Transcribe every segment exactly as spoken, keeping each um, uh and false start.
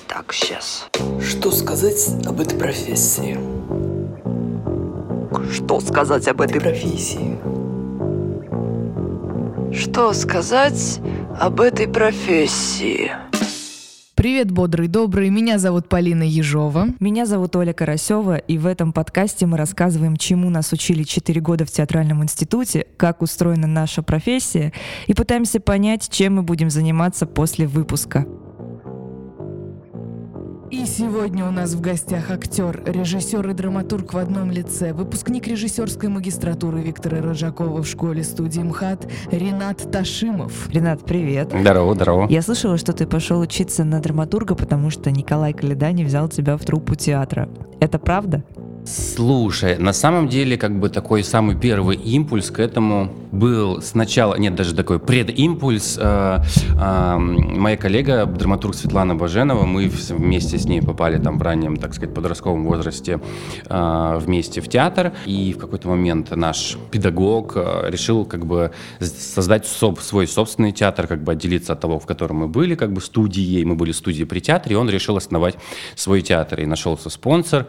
Так, сейчас. Что сказать об этой профессии? Что сказать об этой профессии? Что сказать об этой профессии? Привет, бодрый, добрый. Меня зовут Полина Ежова. Меня зовут Оля Карасева, и в этом подкасте мы рассказываем, чему нас учили четыре года в театральном институте, как устроена наша профессия, и пытаемся понять, чем мы будем заниматься после выпуска. И сегодня у нас в гостях актер, режиссер и драматург в одном лице, выпускник режиссерской магистратуры Виктора Рожакова в школе-студии МХАТ Ренат Ташимов. Ренат, привет. Здорово, здорово. Я слышала, что ты пошел учиться на драматурга, потому что Николай Коляда не взял тебя в труппу театра. Это правда? Слушай, на самом деле, как бы такой самый первый импульс к этому был сначала, нет, даже такой предимпульс. Э, э, моя коллега, драматург Светлана Баженова, мы вместе с ней попали там в раннем, так сказать, подростковом возрасте э, вместе в театр. И в какой-то момент наш педагог э, решил как бы создать соб, свой собственный театр, как бы отделиться от того, в котором мы были, как бы студией. Мы были студией при театре, и он решил основать свой театр. И нашелся спонсор,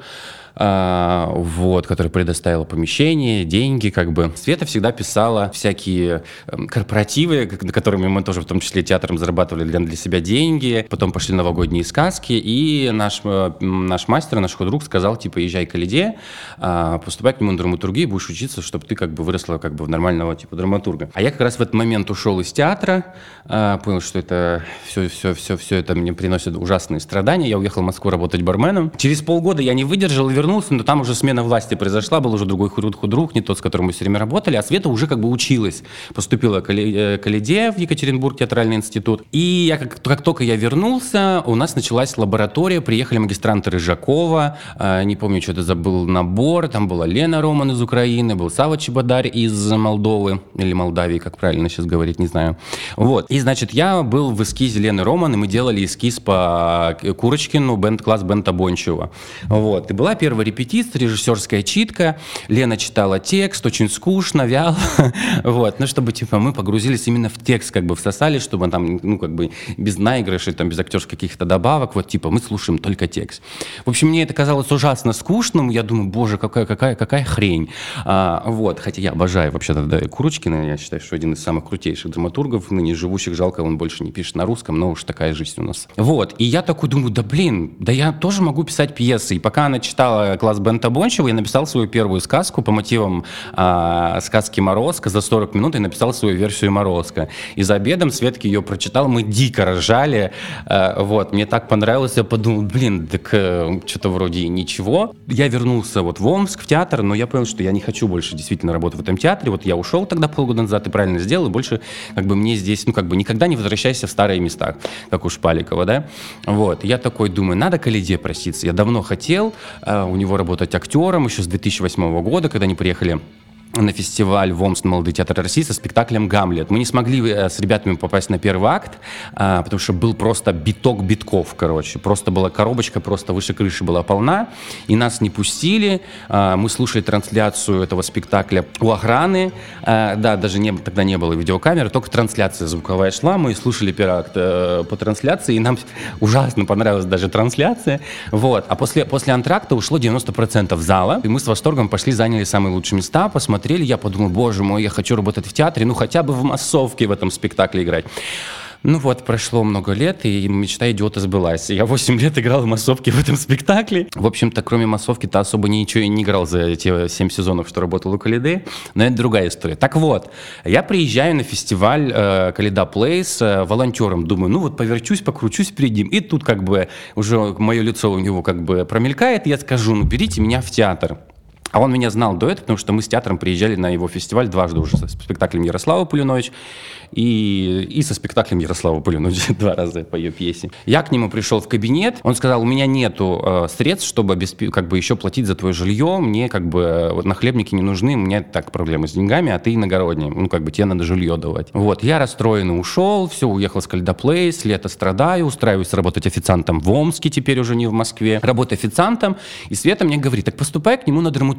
Uh, вот, который предоставил помещение, деньги, как бы. Света всегда писала всякие э, корпоративы, на которыми мы тоже, в том числе театром, зарабатывали для, для себя деньги. Потом пошли новогодние сказки, и наш, э, наш мастер, наш друг сказал, типа, езжай к Коляде, э, поступай к нему на драматургию, будешь учиться, чтобы ты как бы выросла как бы в нормального типа драматурга. А я как раз в этот момент ушел из театра, э, понял, что это все, все, все, все это мне приносит ужасные страдания. Я уехал в Москву работать барменом. Через полгода я не выдержал и вернулся, но там уже смена власти произошла, был уже другой худрук, не тот, с которым мы все время работали, а Света уже как бы училась. Поступила к Коляде в Екатеринбург, театральный институт. И я, как, как только я вернулся, у нас началась лаборатория, приехали магистранты Рыжакова, э, не помню, что это забыл набор, там была Лена Роман из Украины, был Сава Чеботарь из Молдовы, или Молдавии, как правильно сейчас говорить, не знаю. Вот. И, значит, я был в эскизе Лены Роман, и мы делали эскиз по Курочкину, бенд-класс Бента Бончева. Вот. И была первая репетиция, режиссерская читка. Лена читала текст, очень скучно, вяло. Вот. Ну, чтобы, типа, мы погрузились именно в текст, как бы всосались, чтобы там, ну, как бы без наигрышей, там, без актерских каких-то добавок. Вот, типа, мы слушаем только текст. В общем, мне это казалось ужасно скучным. Я думаю, боже, какая, какая, какая хрень. А, вот. Хотя я обожаю вообще-то да, Курочкина. Я считаю, что один из самых крутейших драматургов, ныне живущих. Жалко, он больше не пишет на русском, но уж такая жизнь у нас. Вот. И я такой думаю, да блин, да я тоже могу писать пьесы. И пока она читала класс Бента Бончева, я написал свою первую сказку по мотивам э, сказки «Морозко». За сорок минут я написал свою версию «Морозко». И за обедом Светке ее прочитал, мы дико ржали. Э, вот, мне так понравилось, я подумал, блин, так э, что-то вроде ничего. Я вернулся вот в Омск, в театр, но я понял, что я не хочу больше действительно работать в этом театре. Вот я ушел тогда полгода назад и правильно сделал, и больше как бы мне здесь, ну как бы никогда не возвращайся в старые места, как у Шпаликова, да. Вот, я такой думаю, надо Коляде проситься. Я давно хотел э, у него работать актером еще с две тысячи восьмого года, когда они приехали на фестиваль в Омск «Молодой театр России» со спектаклем «Гамлет». Мы не смогли с ребятами попасть на первый акт, а, потому что был просто биток битков, короче. Просто была коробочка, просто выше крыши была полна, и нас не пустили. А, мы слушали трансляцию этого спектакля у охраны. А, да, даже не, тогда не было видеокамеры, только трансляция звуковая шла. Мы слушали первый акт э, по трансляции, и нам ужасно понравилась даже трансляция. Вот. А после, после антракта ушло девяносто процентов зала, и мы с восторгом пошли, заняли самые лучшие места, посмотрели. Я подумал, боже мой, я хочу работать в театре, ну хотя бы в массовке в этом спектакле играть. Ну вот, прошло много лет, и мечта идиота сбылась. Я восемь лет играл в массовке в этом спектакле. В общем-то, кроме массовки-то особо ничего и не играл за эти семь сезонов, что работал у Коляды. Но это другая история. Так вот, я приезжаю на фестиваль э, Коляда Плейс э, волонтером. Думаю, ну вот поверчусь, покручусь перед ним. И тут как бы уже мое лицо у него как бы промелькает. И я скажу, ну берите меня в театр. А он меня знал до этого, потому что мы с театром приезжали на его фестиваль дважды уже со спектаклем Ярослава Полинович и, и со спектаклем Ярослава Полиновича два раза по ее пьесе. Я к нему пришел в кабинет, он сказал, у меня нету э, средств, чтобы обесп... как бы еще платить за твое жилье, мне как бы вот, нахлебники не нужны, у меня так проблемы с деньгами, а ты иногородний, ну как бы тебе надо жилье давать. Вот, я расстроенно ушел, все, уехал с Коляда Плейс, лето страдаю, устраиваюсь работать официантом в Омске, теперь уже не в Москве, работаю официантом, и Света мне говорит, так поступай к нему на драматургию.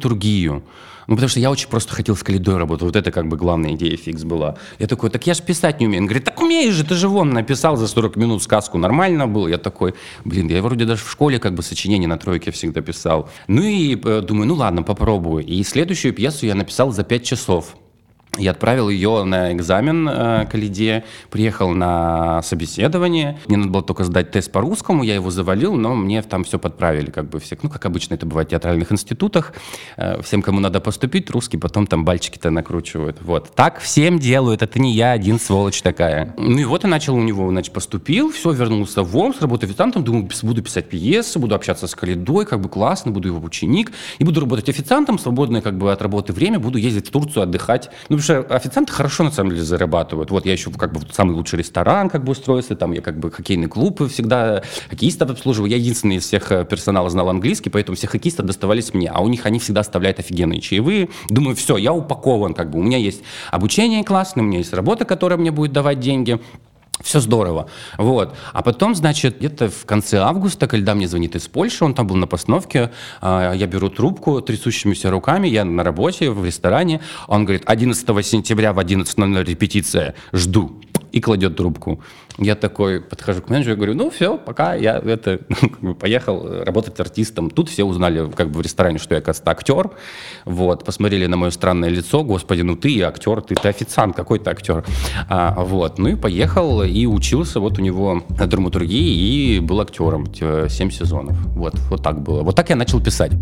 драматургию. Ну, потому что я очень просто хотел с Калидой работать. Вот это как бы главная идея фикс была. Я такой, так я же писать не умею. Он говорит, так умеешь же, ты же вон написал за сорок минут сказку, нормально был. Я такой, блин, я вроде даже в школе как бы сочинение на тройке всегда писал. Ну и думаю, ну ладно, попробую. И следующую пьесу я написал за пять часов. Я отправил ее на экзамен э, к Лиде, приехал на собеседование. Мне надо было только сдать тест по-русскому, я его завалил, но мне там все подправили, как бы все. Ну, как обычно это бывает в театральных институтах. Э, всем, кому надо поступить, русский, потом там бальчики-то накручивают. Вот. Так всем делают, это не я один, сволочь такая. Ну и вот я начал у него, значит, поступил, все, вернулся в Омск, работаю официантом, думаю, буду писать пьесы, буду общаться с Калидой, как бы классно, буду его ученик, и буду работать официантом, свободное как бы от работы время, буду ездить в Турцию, отдыхать. Ну, потому что официанты хорошо, на самом деле, зарабатывают. Вот я еще как бы в самый лучший ресторан как бы устроился, там я как бы хоккейный клуб всегда хоккеистов обслуживал. Я единственный из всех персонала знал английский, поэтому все хоккеисты доставались мне. А у них они всегда оставляют офигенные чаевые. Думаю, все, я упакован, как бы. У меня есть обучение классное, у меня есть работа, которая мне будет давать деньги. Все здорово. Вот. А потом, значит, где-то в конце августа Калида мне звонит из Польши, он там был на постановке, я беру трубку трясущимися руками, я на работе, в ресторане, он говорит, одиннадцатого сентября в одиннадцать ноль ноль репетиция, жду. И кладет трубку. Я такой подхожу к менеджеру и говорю, ну все, пока я это, поехал работать артистом. Тут все узнали как бы в ресторане, что я, кажется, актер. Вот, посмотрели на мое странное лицо, господи, ну ты актер, ты, ты официант, какой ты актер. А, вот, ну и поехал и учился вот у него на драматургии и был актером семь сезонов. Вот, вот так было. Вот так я начал писать.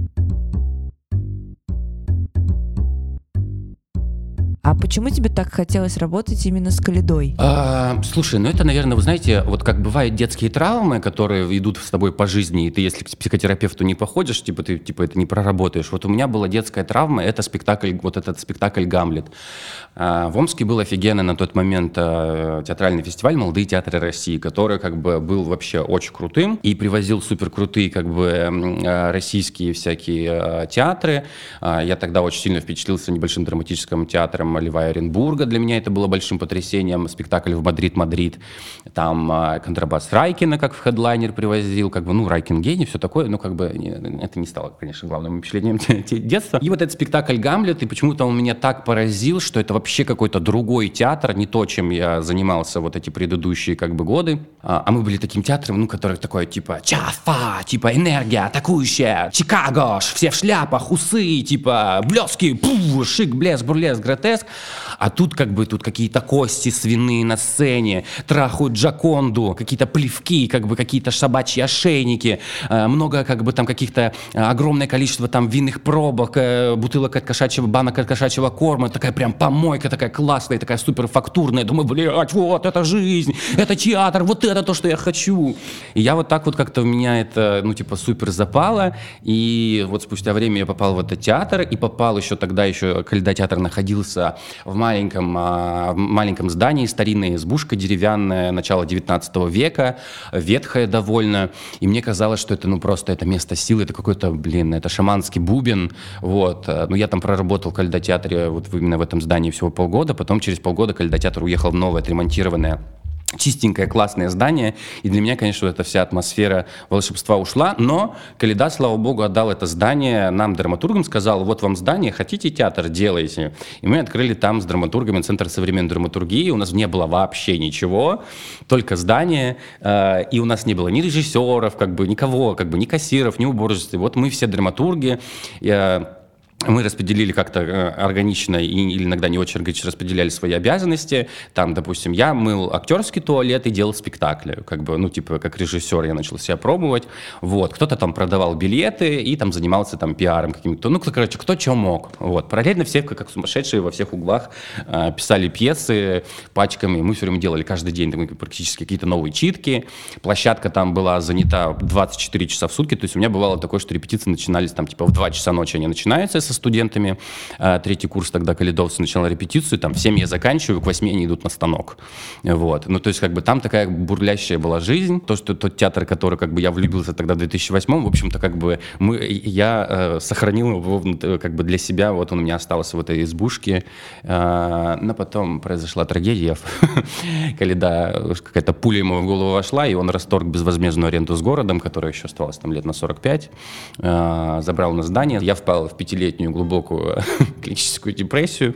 А почему тебе так хотелось работать именно с Калидой? А, слушай, ну это, наверное, вы знаете, вот как бывают детские травмы, которые идут с тобой по жизни, и ты, если к психотерапевту не походишь, типа ты типа это не проработаешь. Вот у меня была детская травма, это спектакль, вот этот спектакль «Гамлет». А, в Омске был офигенный на тот момент а, театральный фестиваль «Молодые театры России», который как бы был вообще очень крутым и привозил суперкрутые как бы а, российские всякие а, театры. А, я тогда очень сильно впечатлился небольшим драматическим театром Льва Оренбурга. Для меня это было большим потрясением. Спектакль в Мадрид-Мадрид. Там а, контрабас Райкина как в хедлайнер привозил. Как бы, ну, Райкин гений, все такое. Но как бы не, это не стало, конечно, главным впечатлением детства. И вот этот спектакль «Гамлет», и почему-то он меня так поразил, что это вообще какой-то другой театр, не то, чем я занимался вот эти предыдущие как бы годы. А, а мы были таким театром, ну, который такой, типа, чафа, типа, энергия атакующая, Чикаго, все в шляпах, усы, типа, блески, пу, шик, блеск, бурлеск, гротеск. А тут как бы тут какие-то кости свиные на сцене, трахают Джаконду, какие-то плевки, как бы какие-то собачьи ошейники, э, много как бы там каких-то, э, огромное количество там винных пробок, э, бутылок от кошачьего, банок от кошачьего корма, такая прям помойка, такая классная, такая суперфактурная. Думаю, блядь, вот это жизнь, это театр, вот это то, что я хочу. И я вот так вот как-то в меня это, ну типа супер запало, и вот спустя время я попал в этот театр, и попал еще тогда, еще Калида театр находился в маленьком, в маленьком здании, старинная избушка деревянная, начало девятнадцатого века, ветхая довольно, и мне казалось, что это ну просто это место силы, это какой-то, блин, это шаманский бубен, вот, но я там проработал в Калида театре вот именно в этом здании всего полгода, потом через полгода Калида театр уехал в новое отремонтированное чистенькое, классное здание, и для меня, конечно, эта вся атмосфера волшебства ушла, но Калида, слава богу, отдал это здание нам, драматургам, сказал, вот вам здание, хотите театр, делайте. И мы открыли там с драматургами Центр современной драматургии, у нас не было вообще ничего, только здание, э, и у нас не было ни режиссеров, как бы никого, как бы ни кассиров, ни уборщиц. Вот мы все драматурги, я... Мы распределили как-то органично и иногда не очень органично распределяли свои обязанности. Там, допустим, я мыл актерский туалет и делал спектакли. Как бы, ну, типа, как режиссер я начал себя пробовать. Вот. Кто-то там продавал билеты и там занимался там пиаром каким-то. Ну, короче, кто что мог. Вот. Параллельно все, как сумасшедшие, во всех углах э, писали пьесы пачками. Мы все время делали каждый день там, практически какие-то новые читки. Площадка там была занята двадцать четыре часа в сутки. То есть у меня бывало такое, что репетиции начинались там, типа, в два часа ночи они начинаются со студентами. Третий курс тогда калидовцы начал репетицию, там в семь я заканчиваю, к восьми они идут на станок. Вот. Ну, то есть, как бы там такая бурлящая была жизнь. То, что тот театр, который как бы я влюбился тогда в две тысячи восьмом, в общем-то, как бы мы, я э, сохранил его как бы для себя. Вот он у меня остался в этой избушке. Э, но потом произошла трагедия. Калида, какая-то пуля ему в голову вошла, и он расторг безвозмездную аренду с городом, которая еще оставалась там лет на сорок пять. Э, забрал на здание. Я впал в пятилетнюю десятилетнюю глубокую клиническую депрессию,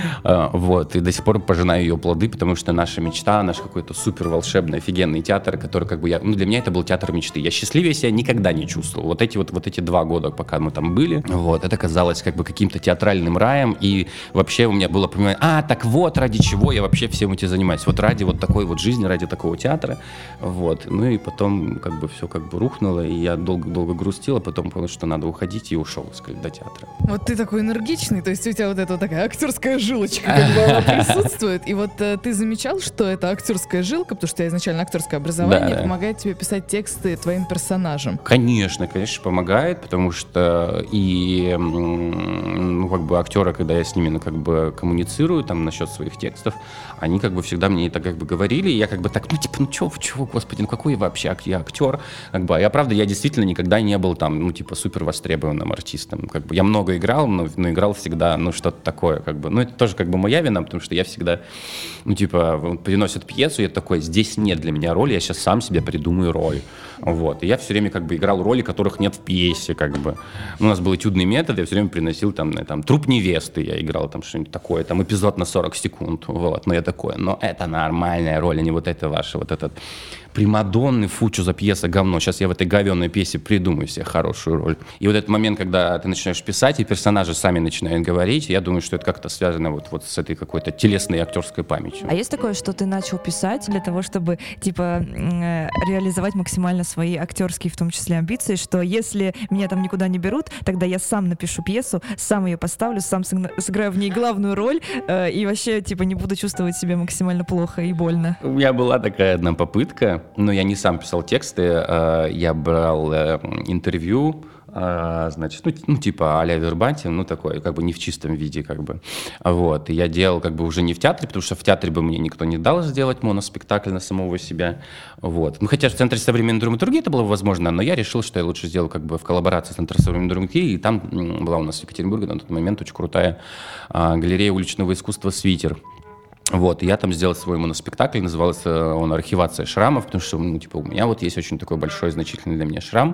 вот, и до сих пор пожинаю ее плоды, потому что наша мечта, наш какой-то супер волшебный, офигенный театр, который как бы я, ну, для меня это был театр мечты. Я счастливее себя никогда не чувствовал. Вот эти вот, вот эти два года, пока мы там были, вот, это казалось как бы каким-то театральным раем, и вообще у меня было понимание, а, так вот, ради чего я вообще всем этим занимаюсь. Вот ради вот такой вот жизни, ради такого театра, вот. Ну и потом как бы все как бы рухнуло, и я долго-долго грустил, а потом понял, что надо уходить, и ушел до театра. Вот ты такой энергичный, то есть у тебя вот эта вот такая актерская жилочка как бы она присутствует, и вот э, ты замечал, что эта актерская жилка, потому что у тебя изначально актерское образование, Да. помогает тебе писать тексты твоим персонажам? Конечно, конечно, помогает, потому что и, ну, как бы актеры, когда я с ними, ну, как бы коммуницирую там насчет своих текстов, они как бы всегда мне это как бы говорили, и я как бы так, ну, типа, ну, чё, чё, господи, ну, какой я вообще ак- я актер, как бы, а я, правда, я действительно никогда не был там, ну, типа, супер востребованным артистом, как бы, я много играл, но, но играл всегда, ну, что-то такое, как бы, ну, это тоже как бы моя вина, потому что я всегда, ну, типа, приносят пьесу, я такой, здесь нет для меня роли, я сейчас сам себе придумаю роль, вот, и я все время как бы играл роли, которых нет в пьесе, как бы, у нас был этюдный метод, я все время приносил там, там, труп невесты, я играл там что-нибудь такое, там, эпизод на сорок секунд, вот, но я такой, но это нормальная роль, а не вот это ваше, вот этот примадонны, фу, что за пьеса, говно, сейчас я в этой говенной пьесе придумаю себе хорошую роль. И вот этот момент, когда ты начинаешь писать, и персонажи сами начинают говорить, я думаю, что это как-то связано вот, вот с этой какой-то телесной актерской памятью. А есть такое, что ты начал писать для того, чтобы, типа, э, реализовать максимально свои актерские, в том числе, амбиции, что если меня там никуда не берут, тогда я сам напишу пьесу, сам ее поставлю, сам сыгна- сыграю в ней главную роль, э, и вообще, типа, не буду чувствовать себя максимально плохо и больно? У меня была такая одна попытка, но я не сам писал тексты, э, я брал э, интервью, э, значит, ну, ну типа а-ля Вербантин, ну такой, как бы не в чистом виде, как бы, вот, и я делал как бы уже не в театре, потому что в театре бы мне никто не дал сделать моноспектакль на самого себя, вот, ну хотя в Центре современной драматургии это было возможно, но я решил, что я лучше сделаю как бы в коллаборации с Центром современной драматургии, и там м, была у нас в Екатеринбурге на тот момент очень крутая э, галерея уличного искусства «Свитер». Вот, я там сделал свой моноспектакль, назывался он «Архивация шрамов», потому что, ну, типа, у меня вот есть очень такой большой, значительный для меня шрам,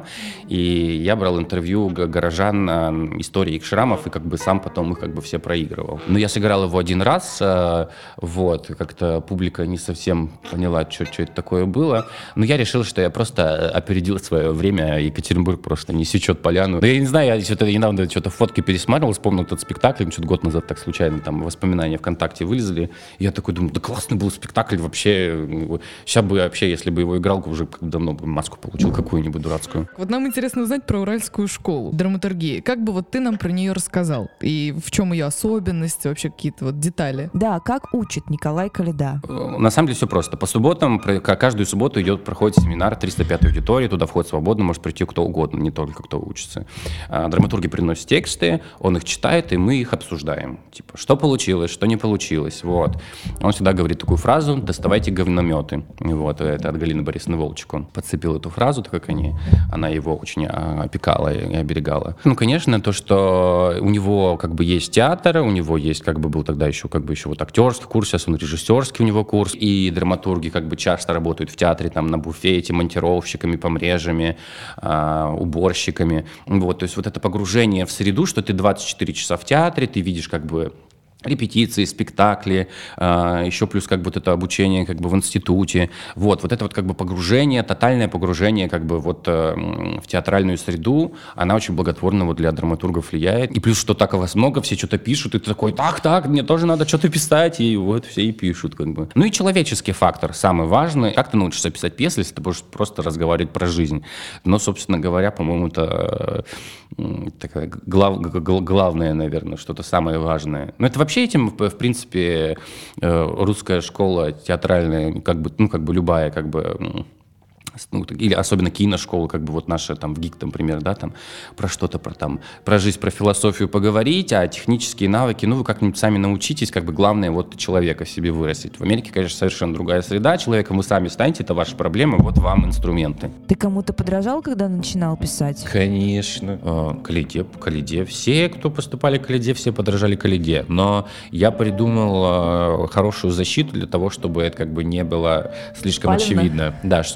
и я брал интервью горожан э, истории их шрамов, и как бы сам потом их как бы все проигрывал. Но я сыграл его один раз, э, вот, как-то публика не совсем поняла, что это такое было, но я решил, что я просто опередил свое время, Екатеринбург просто не сечет поляну. Но я не знаю, я что-то недавно что-то фотки пересматривал, вспомнил этот спектакль, что-то год назад так случайно там воспоминания ВКонтакте вылезли. Я такой думаю, да классный был спектакль вообще. Сейчас бы вообще, если бы его играл, уже давно бы маску получил какую-нибудь дурацкую. Вот нам интересно узнать про Уральскую школу драматургии. Как бы вот ты нам про нее рассказал? И в чем ее особенности, вообще какие-то вот детали? Да, как учит Николай Коляда? На самом деле все просто. По субботам, каждую субботу идет, проходит семинар триста пятой аудитории, туда вход свободно, может прийти кто угодно, не только кто учится. Драматурги приносят тексты, он их читает, и мы их обсуждаем. Типа, что получилось, что не получилось, вот. Он всегда говорит такую фразу: доставайте говнометы. Вот, это от Галины Борисовны Волчек. Он подцепил эту фразу, так как они, она его очень опекала и оберегала. Ну, конечно, то, что у него как бы есть театр, у него есть, как бы был тогда еще, как бы еще вот актерский курс, сейчас он режиссерский у него курс, и драматурги как бы часто работают в театре, там, на буфете, монтировщиками, помрежами, э, уборщиками. Вот, то есть вот это погружение в среду, что ты двадцать четыре часа в театре, ты видишь как бы репетиции, спектакли, э, еще плюс как бы вот это обучение как бы в институте, вот, вот это вот как бы погружение, тотальное погружение как бы вот э, в театральную среду, она очень благотворно вот для драматургов влияет, и плюс, что так у вас много, все что-то пишут, и ты такой, так, так, мне тоже надо что-то писать, и вот все и пишут как бы. Ну и человеческий фактор самый важный, как ты научишься писать пьесы, если ты будешь просто разговаривать про жизнь, но, собственно говоря, по-моему, это э, такая глав, главное, наверное, что-то самое важное, но это вообще этим, в принципе, русская школа театральная, как бы, ну, как бы любая, как бы, ну, или особенно киношкола, как бы вот наша там в ГИК, например, да, там про что-то, про там, про жизнь, про философию поговорить, а технические навыки, ну, вы как-нибудь сами научитесь, как бы главное вот человека в себе вырастить. В Америке, конечно, совершенно другая среда, человеком вы сами станете, это ваша проблема, вот вам инструменты. Ты кому-то подражал, когда начинал писать? Конечно. Коляде, Коляде. Все, кто поступали к Коляде, все подражали Коляде. Но я придумал хорошую защиту для того, чтобы это как бы не было слишком Спалено. очевидно. Да, чтобы это не было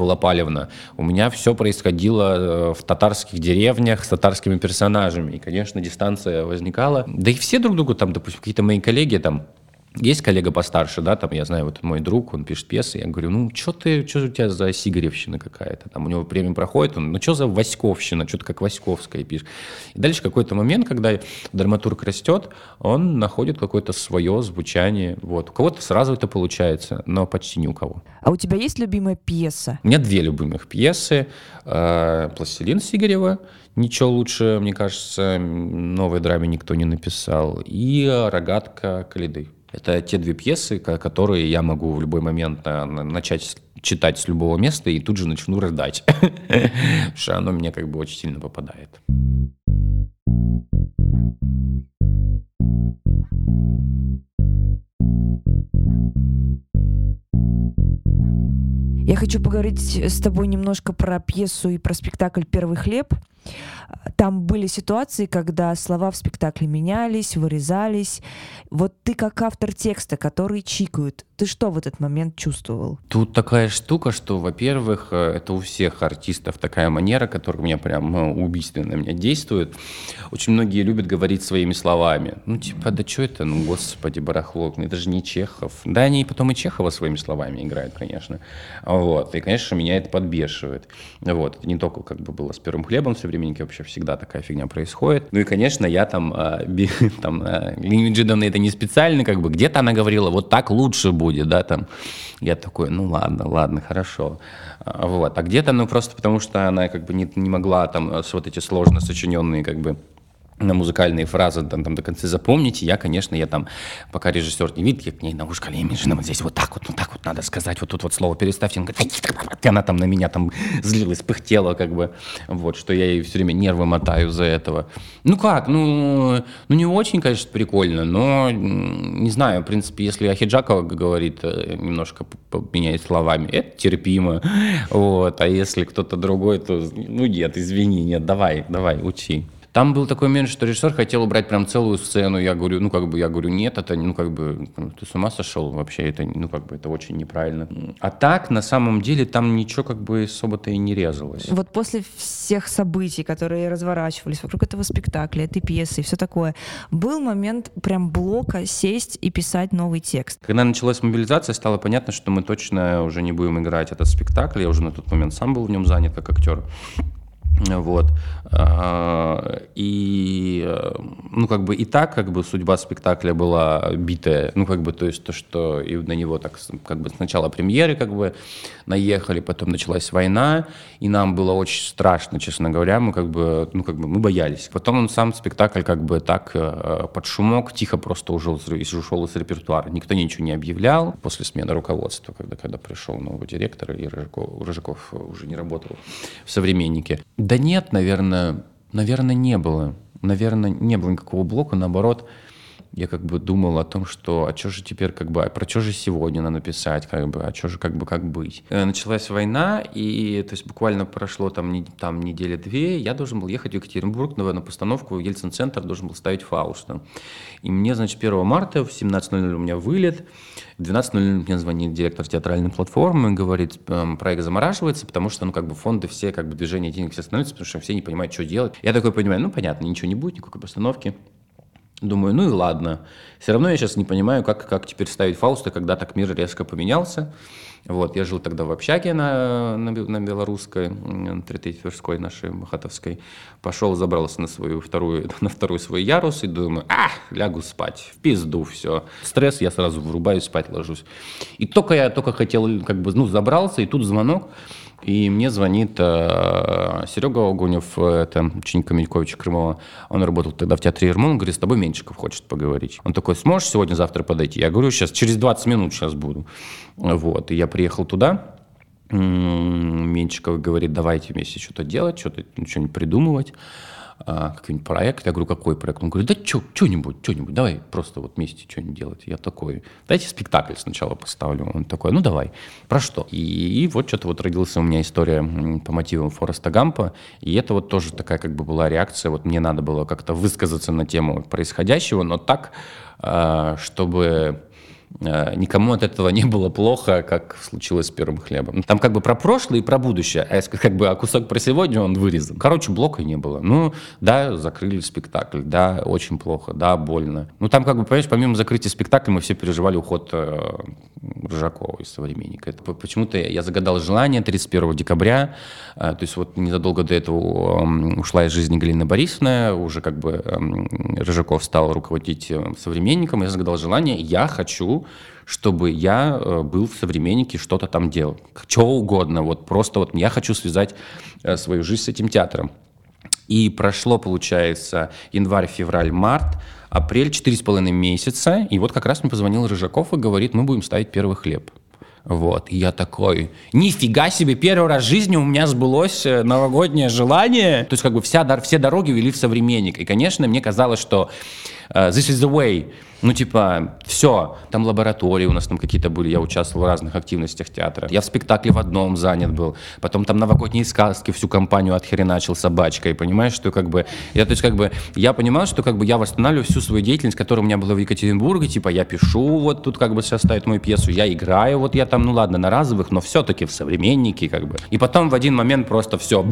было палевно. У меня все происходило в татарских деревнях с татарскими персонажами. И, конечно, дистанция возникала. Да и все друг другу, там, допустим, какие-то мои коллеги, там, есть коллега постарше, да, там, я знаю, вот мой друг, он пишет пьесы, я говорю, ну, что ты, что у тебя за Сигаревщина какая-то, там, у него премия проходит, он, ну, что за Васьковщина, что-то как Васьковская пишет. И дальше какой-то момент, когда драматург растет, он находит какое-то свое звучание, вот. У кого-то сразу это получается, но почти ни у кого. А у тебя есть любимая пьеса? У меня две любимых пьесы. «Пластилин» Сигарева, ничего лучше, мне кажется, новой драме никто не написал, и «Рогатка Коляды». Это те две пьесы, которые я могу в любой момент начать читать с любого места и тут же начну рыдать. Потому что оно мне как бы очень сильно попадает. Я хочу поговорить с тобой немножко про пьесу и про спектакль «Первый хлеб». Там были ситуации, когда слова в спектакле менялись, вырезались. Вот ты как автор текста, который чикают, ты что в этот момент чувствовал? Тут такая штука, что, во-первых, это у всех артистов такая манера, которая у меня прям убийственно на меня действует. Очень многие любят говорить своими словами. Ну, типа, да что это, ну, господи, барахло, это же не Чехов. Да, они потом и Чехова своими словами играют, конечно. Вот. И, конечно, меня это подбешивает. Вот. Это не только как бы было с «Первым хлебом», все временники вообще всегда такая фигня происходит. Ну и, конечно, я там, э, би, там э, Линия Джидовна это не специально, как бы где-то она говорила, вот так лучше будет, да, там. Я такой, ну ладно, ладно, хорошо. А, вот. А где-то, ну просто потому что она как бы не, не могла там с вот эти сложно сочиненные как бы на музыкальные фразы там, там до конца запомнить. Я, конечно, я там, пока режиссер не видит, я к ней на ушко Линия Джидовна, вот здесь вот так вот, вот так вот надо сказать, вот тут вот слово переставьте. Она говорит, она там на меня там злилась, пыхтела, как бы, вот, что я ей все время нервы мотаю из-за этого. Ну как, ну, ну не очень, конечно, прикольно, но, не знаю, в принципе, если Ахиджакова говорит, немножко меняет словами, это терпимо, вот, а если кто-то другой, то, ну нет, извини, нет, давай, давай, учи. Там был такой момент, что режиссер хотел убрать прям целую сцену. Я говорю, ну как бы, я говорю, нет, это, ну как бы, ты с ума сошел вообще, это, ну как бы, это очень неправильно. А так, на самом деле, там ничего как бы особо-то и не резалось. Вот после всех событий, которые разворачивались вокруг этого спектакля, этой пьесы и все такое, был момент прям блока сесть и писать новый текст. Когда началась мобилизация, стало понятно, что мы точно уже не будем играть этот спектакль. Я уже на тот момент сам был в нем занят как актер. Вот. И, ну, как бы и так, как бы судьба спектакля была битая, ну, как бы, то есть то, что и на него так, как бы, сначала премьеры, как бы, наехали, потом началась война, и нам было очень страшно, честно говоря, мы, как бы, ну, как бы, мы боялись. Потом он сам спектакль, как бы, так, под шумок, тихо просто ушел, ушел из репертуара, никто ничего не объявлял. После смены руководства, когда, когда пришел новый директор, и Рыжаков, Рыжаков уже не работал в «Современнике». Да нет, наверное, наверное, не было. Наверное, не было никакого блока. Наоборот, я как бы думал о том, что а что же теперь, как бы, а про что же сегодня надо писать, как бы, а что же, как бы, как быть. Началась война, и, то есть, буквально прошло там, не, там недели две, я должен был ехать в Екатеринбург на, на постановку, в Ельцин-центр должен был ставить Фауста. И мне, значит, первого марта в семнадцать ноль ноль у меня вылет, в двенадцать ноль ноль мне звонит директор театральной платформы и говорит, проект замораживается, потому что, ну, как бы, фонды все, как бы, движение денег все становятся, потому что все не понимают, что делать. Я такой понимаю, ну, понятно, ничего не будет, никакой постановки. Думаю, ну и ладно. Все равно я сейчас не понимаю, как, как теперь ставить Фауста, когда так мир резко поменялся. Вот, я жил тогда в общаге на, на, на Белорусской, на Третьей Тверской нашей, Махатовской. Пошел, забрался на, свою вторую, на второй свой ярус и думаю, а, лягу спать, в пизду все. Стресс, я сразу врубаюсь, спать ложусь. И только я только хотел, как бы, ну, забрался, и тут звонок. И мне звонит э, Серега Огунев, это ученик Камельковича Крымова. Он работал тогда в театре Ермол, он говорит, с тобой Меньшиков хочет поговорить. Он такой, сможешь сегодня-завтра подойти? Я говорю, сейчас, через двадцать минут сейчас буду. Вот, и я приехал туда. Меньшиков говорит, давайте вместе что-то делать, что-то, что-нибудь придумывать. Какой-нибудь проект. Я говорю, какой проект? Он говорит, да что, что-нибудь, что-нибудь, давай просто вот вместе что-нибудь делать. Я такой, дайте спектакль сначала поставлю. Он такой, ну давай, про что? И, и вот что-то вот родилась у меня история по мотивам Фореста Гампа, и это вот тоже такая как бы была реакция, вот мне надо было как-то высказаться на тему происходящего, но так, чтобы никому от этого не было плохо, как случилось с «Первым хлебом». Там как бы про прошлое и про будущее, а как бы а кусок про сегодня он вырезан. Короче, блока не было. Ну, да, закрыли спектакль, да, очень плохо, да, больно. Ну, там как бы, понимаешь, помимо закрытия спектакля мы все переживали уход э, Рыжакова из «Современника». Это почему-то я загадал желание тридцать первого декабря, э, то есть вот незадолго до этого э, ушла из жизни Галина Борисовна, уже как бы э, Рыжаков стал руководить э, «Современником», я загадал желание, я хочу, чтобы я э, был в «Современнике», что-то там делал, что угодно, вот просто вот я хочу связать э, свою жизнь с этим театром. И прошло, получается, январь, февраль, март, апрель, четыре с половиной месяца, и вот как раз мне позвонил Рыжаков и говорит, мы будем ставить «Первый хлеб». Вот, и я такой, нифига себе, первый раз в жизни у меня сбылось новогоднее желание. То есть как бы вся, все дороги вели в «Современник». И, конечно, мне казалось, что uh, this is the way. Ну, типа, все, там лаборатории у нас там какие-то были, я участвовал в разных активностях театра. Я в спектакле в одном занят был, потом там новогодние сказки, всю компанию отхреначил собачкой, понимаешь, что как бы, я, то есть как бы, я понимал, что как бы я восстанавливаю всю свою деятельность, которая у меня была в Екатеринбурге, типа, я пишу, вот тут как бы сейчас ставят мою пьесу, я играю, вот я там, ну ладно, на разовых, но все-таки в «Современнике», как бы. И потом в один момент просто все,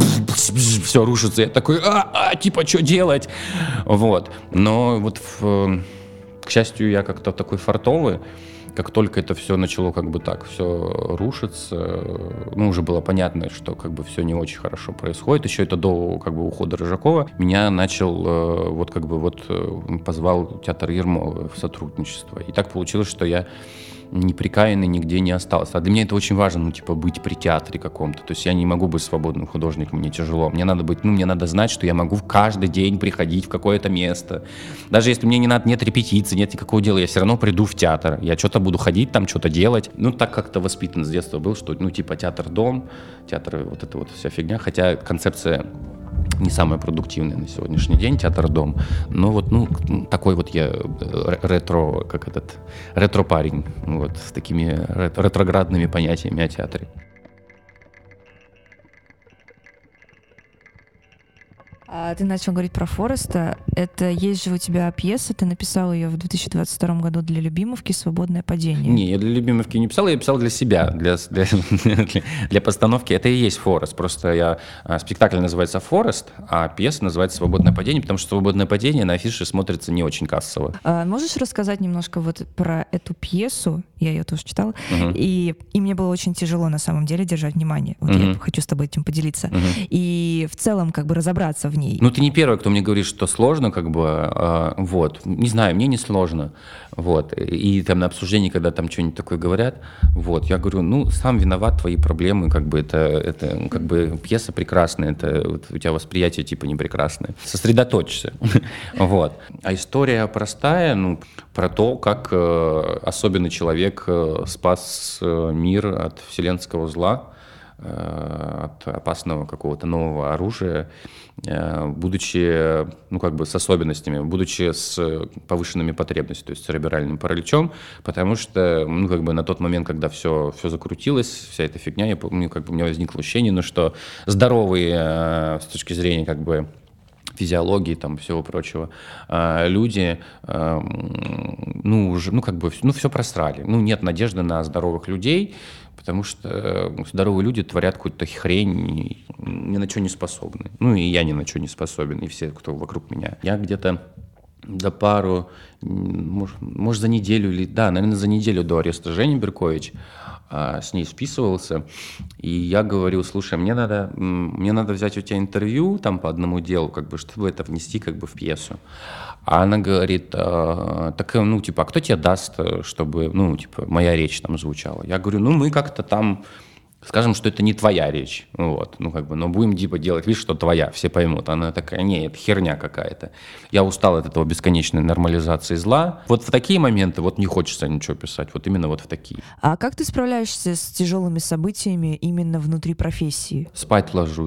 все рушится, я такой, а, а, типа, что делать? Вот, но вот в... К счастью, я как-то такой фартовый, как только это все начало как бы так, все рушиться, ну, уже было понятно, что как бы все не очень хорошо происходит. Еще это до как бы ухода Рыжакова. Меня начал, вот как бы вот позвал театр Ермолова в сотрудничество. И так получилось, что я неприкаянный нигде не остался. А для меня это очень важно, ну, типа, быть при театре каком-то. То есть я не могу быть свободным художником, мне тяжело. Мне надо быть, ну, мне надо знать, что я могу каждый день приходить в какое-то место. Даже если мне не надо, нет репетиции, нет никакого дела, я все равно приду в театр. Я что-то буду ходить там, что-то делать. Ну, так как-то воспитан с детства был, что, ну, типа, театр-дом, театр, вот это вот вся фигня. Хотя концепция не самая продуктивная на сегодняшний день, театр-дом. Но вот, ну, такой вот я ретро, как этот, ретро-парень, вот, с такими ретроградными понятиями о театре. А ты начал говорить про Фореста. Это есть же у тебя пьеса, ты написал ее в две тысячи двадцать втором году для Любимовки «Свободное падение». Не, я для Любимовки не писал, я писал для себя, для, для, для постановки. Это и есть Форест. Просто я, спектакль называется «Форест», а пьеса называется «Свободное падение», потому что «Свободное падение» на афише смотрится не очень кассово. А можешь рассказать немножко вот про эту пьесу? Я ее тоже читала. Uh-huh. И, и мне было очень тяжело на самом деле держать внимание. Вот uh-huh. я хочу с тобой этим поделиться. Uh-huh. И в целом как бы разобраться в ней. Ну, ты не первый, кто мне говорит, что сложно, как бы, а, вот. Не знаю, мне не сложно. Вот. И там на обсуждении, когда там что-нибудь такое говорят, вот, я говорю, ну, сам виноват, твои проблемы, как бы это, это как бы пьеса прекрасная, это вот, у тебя восприятие типа не прекрасное. Сосредоточься. Вот. А история простая, ну, про то, как э, особенный человек э, спас э, мир от вселенского зла, э, от опасного какого-то нового оружия, э, будучи, ну, как бы с особенностями, будучи с повышенными потребностями, то есть церебральным параличом, потому что, ну, как бы на тот момент, когда все, все закрутилось, вся эта фигня, я помню, как бы у меня возникло ощущение, ну, что здоровые э, с точки зрения, как бы, физиологии, там, всего прочего, люди, ну, уже, ну, как бы, ну, все просрали. Ну, нет надежды на здоровых людей, потому что здоровые люди творят какую-то хрень, ни на что не способны. Ну, и я ни на что не способен, и все, кто вокруг меня. Я где-то до пару, может, может, за неделю, или, да, наверное, за неделю до ареста Жени Беркович с ней списывался, и я говорил, слушай, мне надо, мне надо взять у тебя интервью там по одному делу, как бы, чтобы это внести как бы в пьесу. А она говорит, а, так, ну, типа, а кто тебе даст, чтобы, ну, типа, моя речь там звучала? Я говорю, ну, мы как-то там скажем, что это не твоя речь, вот, ну, как бы, но будем, типа, делать вид, что твоя, все поймут. Она такая, не, это херня какая-то. Я устал от этого бесконечной нормализации зла. Вот в такие моменты вот не хочется ничего писать, вот именно вот в такие. А как ты справляешься с тяжелыми событиями именно внутри профессии? Спать ложусь.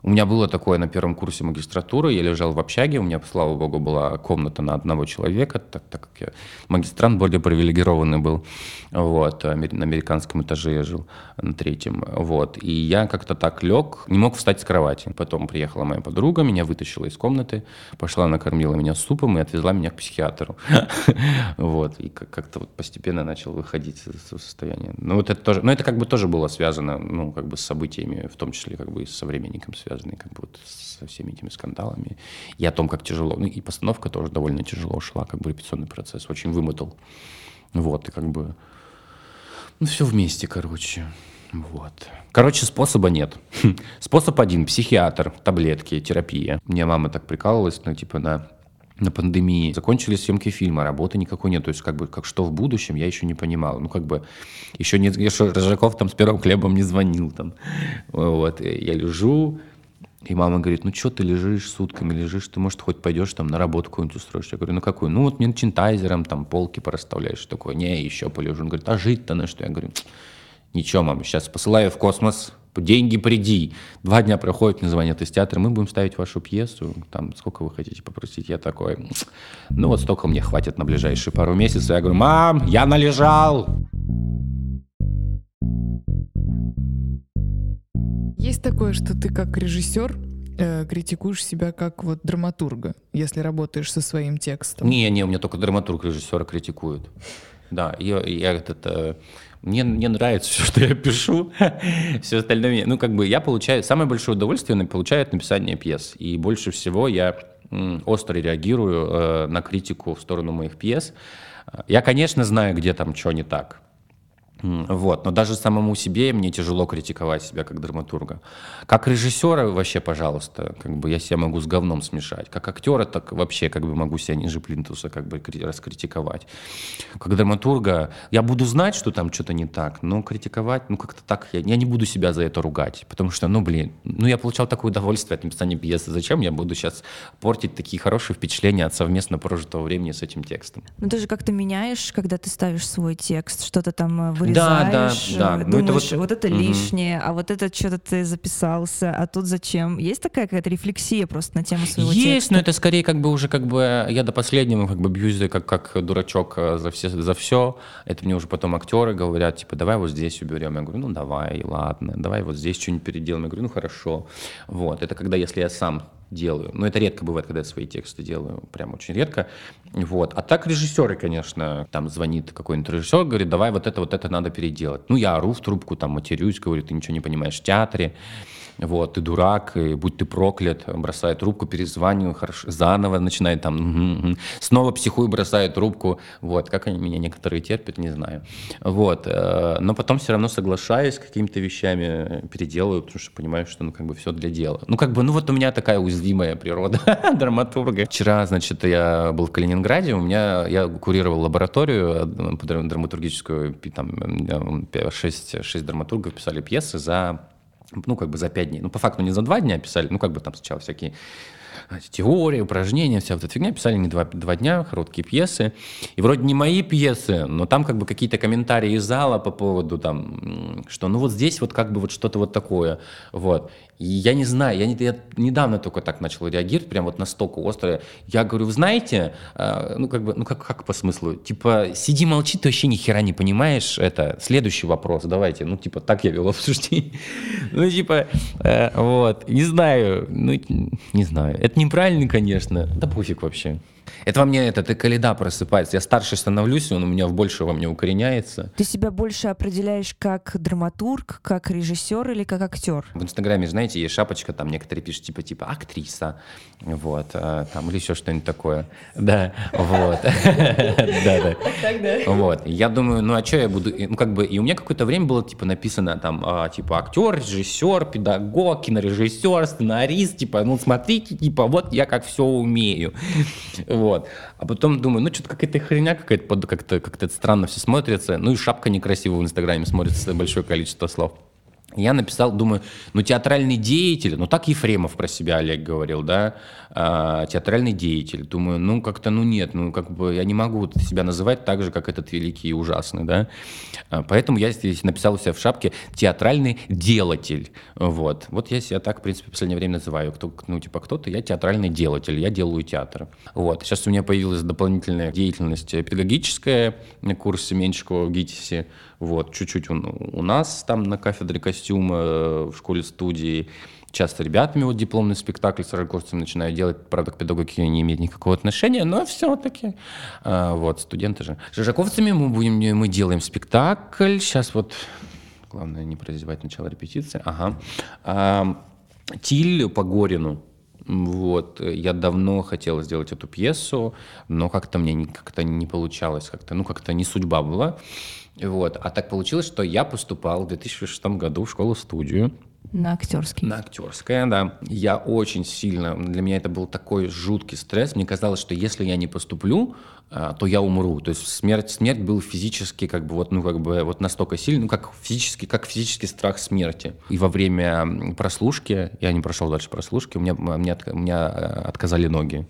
У меня было такое на первом курсе магистратуры, я лежал в общаге, у меня, слава богу, была комната на одного человека, так, так как я магистрант более привилегированный был, вот, на американском этаже я жил, на третьем, вот, и я как-то так лег, не мог встать с кровати. Потом приехала моя подруга, меня вытащила из комнаты, пошла, накормила меня супом и отвезла меня к психиатру, вот, и как-то вот постепенно начал выходить из этого состояния. Ну, вот это тоже, ну, это как бы тоже было связано, ну, как бы с событиями, в том числе, как бы и с современником связано. Как бы вот со всеми этими скандалами. И о том, как тяжело. Ну, и постановка тоже довольно тяжело шла, как бы репетиционный процесс. Очень вымотал. Вот, и как бы... Ну, все вместе, короче. Вот. Короче, способа нет. Способ один. Психиатр, таблетки, терапия. Мне мама так прикалывалась, ну, типа, на... на пандемии. Закончились съемки фильма, работы никакой нет. То есть, как бы, как что в будущем, я еще не понимал. Ну, как бы, еще не... Еще Рожаков там с первым хлебом не звонил там. Вот. Я лежу, и мама говорит, ну, что ты лежишь, сутками лежишь, ты, может, хоть пойдешь там на работу какую-нибудь устроишь. Я говорю, ну, какую? Ну, вот мерчендайзером там полки порасставляешь. Такое, не, еще полежу. Он говорит, а жить-то на что? Я говорю, ничего, мама, сейчас посылаю в космос, деньги приди. Два дня проходит, мне звонят из театра, мы будем ставить вашу пьесу, там, сколько вы хотите попросить? Я такой, ну, вот столько мне хватит на ближайшие пару месяцев. Я говорю, мам, я належал. Есть такое, что ты как режиссер э, критикуешь себя как вот драматурга, если работаешь со своим текстом? Не, не, у меня только драматург режиссера критикует. Да, я, я это... Мне, мне нравится все, что я пишу, все остальное. Ну, как бы я получаю... Самое большое удовольствие получаю от написания пьес. И больше всего я м, остро реагирую э, на критику в сторону моих пьес. Я, конечно, знаю, где там что не так. Вот, но даже самому себе мне тяжело критиковать себя как драматурга. Как режиссера вообще, пожалуйста, как бы я себя могу с говном смешать. Как актера, так вообще как бы могу себя ниже плинтуса как бы раскритиковать. Как драматурга я буду знать, что там что-то не так, но критиковать, ну как-то так, я, я не буду себя за это ругать. Потому что, ну блин, ну я получал такое удовольствие от написания пьесы. Зачем я буду сейчас портить такие хорошие впечатления от совместно прожитого времени с этим текстом? Ну ты же как-то меняешь, когда ты ставишь свой текст, что-то там вырезаешь. Да, да, да. Думаешь, ну, это вот... вот это угу. лишнее, а вот это что-то ты записался, а тут зачем? Есть такая какая-то рефлексия просто на тему своего Есть, текста? Есть, но это скорее как бы уже как бы я до последнего как бы бьюсь как, как дурачок за все, за все. Это мне уже потом актеры говорят, типа, давай вот здесь уберем. Я говорю, ну давай, ладно, давай вот здесь что-нибудь переделаем. Я говорю, ну хорошо. Вот, это когда, если я сам делаю. Но это редко бывает, когда я свои тексты делаю. Прям очень редко. Вот. А так режиссеры, конечно, там звонит какой-нибудь режиссер, говорит, давай вот это, вот это надо переделать. Ну, я ору в трубку, там матерюсь, говорю, ты ничего не понимаешь в театре. Вот, ты дурак, и будь ты проклят, бросает трубку, перезваниваю, хорошо, заново начинает там, угу, угу. снова психую, бросает трубку, вот, как они меня некоторые терпят, не знаю, вот, но потом все равно соглашаюсь с какими-то вещами, переделаю, потому что понимаю, что, ну, как бы все для дела, ну, как бы, ну, вот у меня такая уязвимая природа драматурга. Вчера, значит, я был в Калининграде, у меня, я курировал лабораторию драматургическую, там, шесть, шесть драматургов писали пьесы за ну, как бы за пять дней. Ну, по факту не за два дня писали, ну, как бы там сначала всякие теории, упражнения, вся вот эта фигня. Писали не два, два дня, короткие пьесы. И вроде не мои пьесы, но там как бы какие-то комментарии из зала по поводу там, что ну вот здесь вот как бы вот что-то вот такое. Вот. И я не знаю, я, не, я недавно только так начал реагировать, прям вот настолько остро. Я говорю, вы знаете, э, ну как бы, ну как, как по смыслу? Типа, сиди, молчи, ты вообще ни хера не понимаешь. Это следующий вопрос, давайте. Ну типа, так я вел обсуждение. Ну типа, э, вот, не знаю, ну не знаю. Это неправильно, конечно. Да пофиг вообще. Это во мне, это, ты коляда просыпается. Я старше становлюсь, он у меня больше во мне укореняется. Ты себя больше определяешь как драматург, как режиссер или как актер? В Инстаграме, знаете, есть шапочка, там некоторые пишут, типа, типа, актриса, вот, там, или еще что-нибудь такое. Да, вот. Да, да. Вот. Я думаю, ну, а что я буду, ну, как бы, и у меня какое-то время было, типа, написано, там, типа, актер, режиссер, педагог, кинорежиссер, сценарист, типа, ну, смотрите, типа, вот я как все умею. Вот. А потом думаю, ну, что-то какая-то херня какая-то, как-то, как-то странно все смотрится. Ну, и шапка некрасивая в Инстаграме смотрится, большое количество слов. Я написал, думаю, ну, театральный деятель, ну, так Ефремов про себя Олег говорил, да, а, театральный деятель. Думаю, ну, как-то, ну, нет, ну, как бы я не могу себя называть так же, как этот великий и ужасный, да. А, поэтому я здесь написал у себя в шапке театральный делатель, вот. Вот я себя так, в принципе, в последнее время называю. Кто, ну, типа, кто-то, я театральный делатель, я делаю театр. Вот. Сейчас у меня появилась дополнительная деятельность педагогическая на курсе Меньшикова в ГИТИСе. Вот, чуть-чуть у, у нас там на кафедре костюма в школе-студии. Часто ребятами вот дипломный спектакль с рожаковцами начинаю делать. Правда, к педагогике не имеет никакого отношения, но все-таки. А, вот, студенты же. С рожаковцами мы, будем, мы делаем спектакль. Сейчас вот, главное не прозевать начало репетиции. Ага. А, Тиль по Горину. Вот, я давно хотел сделать эту пьесу, но как-то мне не, как-то не получалось, как-то, ну, как-то не судьба была. Вот. А так получилось, что я поступал в две тысячи шестом году в школу-студию. На актерский. На актерское, да. Я очень сильно, для меня это был такой жуткий стресс. Мне казалось, что если я не поступлю, то я умру. То есть смерть, смерть был физически, как бы вот, ну, как бы вот настолько сильный, ну, как физически, как физический страх смерти. И во время прослушки, я не прошел дальше прослушки, у меня, у меня, у меня отказали ноги.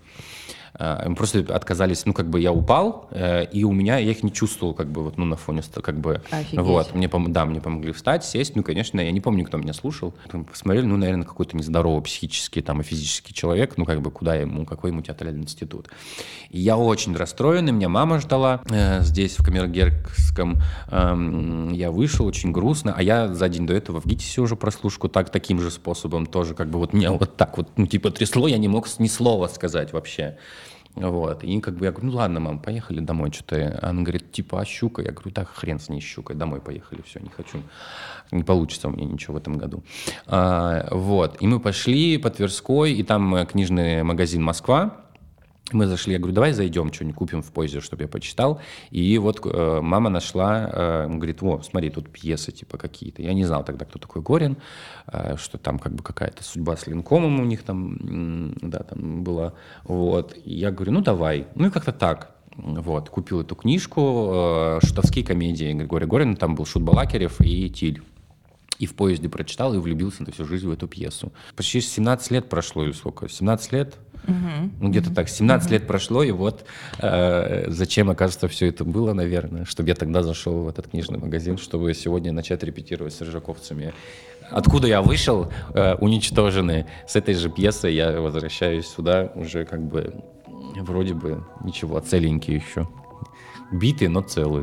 Мы просто отказались, ну, как бы я упал, и у меня, я их не чувствовал, как бы, вот, ну, на фоне, как бы, офигеть. Вот, мне, да, мне помогли встать, сесть, ну, конечно, я не помню, кто меня слушал, посмотрели, ну, наверное, какой-то нездоровый психический, там, и физический человек, ну, как бы, куда ему, какой ему театральный институт. И я очень расстроенный, меня мама ждала э, здесь, в Камергерском, э, я вышел, очень грустно, а я за день до этого в ГИТИСе уже прослушку так, таким же способом тоже, как бы, вот, меня вот так вот, ну, типа, трясло, я не мог ни слова сказать вообще. Вот, и как бы я говорю, ну ладно, мам, поехали домой, что-то. Она говорит, типа, а щука? Я говорю, да хрен с ней щукой, домой поехали, все, не хочу, не получится у меня ничего в этом году. А, вот, и мы пошли по Тверской, и там книжный магазин «Москва». Мы зашли, я говорю, давай зайдем, что-нибудь купим в поезде, чтобы я почитал. И вот э, мама нашла, э, говорит, о, смотри, тут пьесы типа какие-то. Я не знал тогда, кто такой Горин, э, что там как бы какая-то судьба с Линкомом у них там, да, там была. Вот. И я говорю, ну давай. Ну и как-то так. Вот. Купил эту книжку, э, шутовские комедии Григория Горина, там был Шут Балакирев и Тиль. И в поезде прочитал и влюбился на всю жизнь в эту пьесу. Почти семнадцать лет прошло, или сколько? семнадцать лет? Uh-huh. Ну, где-то uh-huh. так. семнадцать uh-huh. лет прошло, и вот э, зачем, оказывается, все это было, наверное, чтобы я тогда зашел в этот книжный магазин, чтобы сегодня начать репетировать с рожаковцами. Откуда я вышел, э, уничтоженный. С этой же пьесой я возвращаюсь сюда, уже как бы вроде бы ничего, целенький еще. Битый, но целый.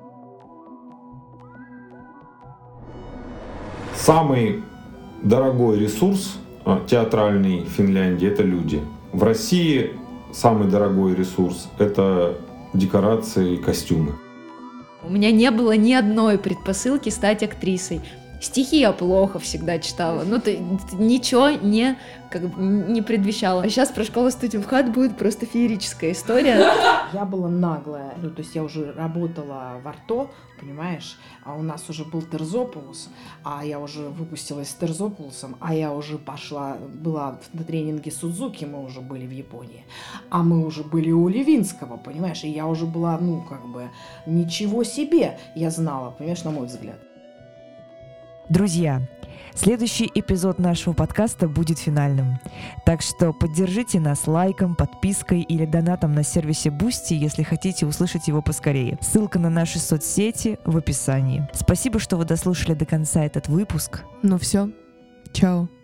Самый дорогой ресурс театральный в Финляндии – это люди. В России самый дорогой ресурс – это декорации и костюмы. У меня не было ни одной предпосылки стать актрисой. Стихи я плохо всегда читала, ну ты ничего не, как бы, не предвещало. А сейчас про школу-студию МХАТ будет просто феерическая история. Я была наглая, ну то есть я уже работала в Арто, понимаешь, а у нас уже был Терзополус, а я уже выпустилась с Терзополусом, а я уже пошла, была на тренинге Судзуки, мы уже были в Японии, а мы уже были у Левинского, понимаешь, и я уже была, ну как бы, ничего себе я знала, понимаешь, на мой взгляд. Друзья, следующий эпизод нашего подкаста будет финальным. Так что поддержите нас лайком, подпиской или донатом на сервисе Boosty, если хотите услышать его поскорее. Ссылка на наши соцсети в описании. Спасибо, что вы дослушали до конца этот выпуск. Ну все, чао.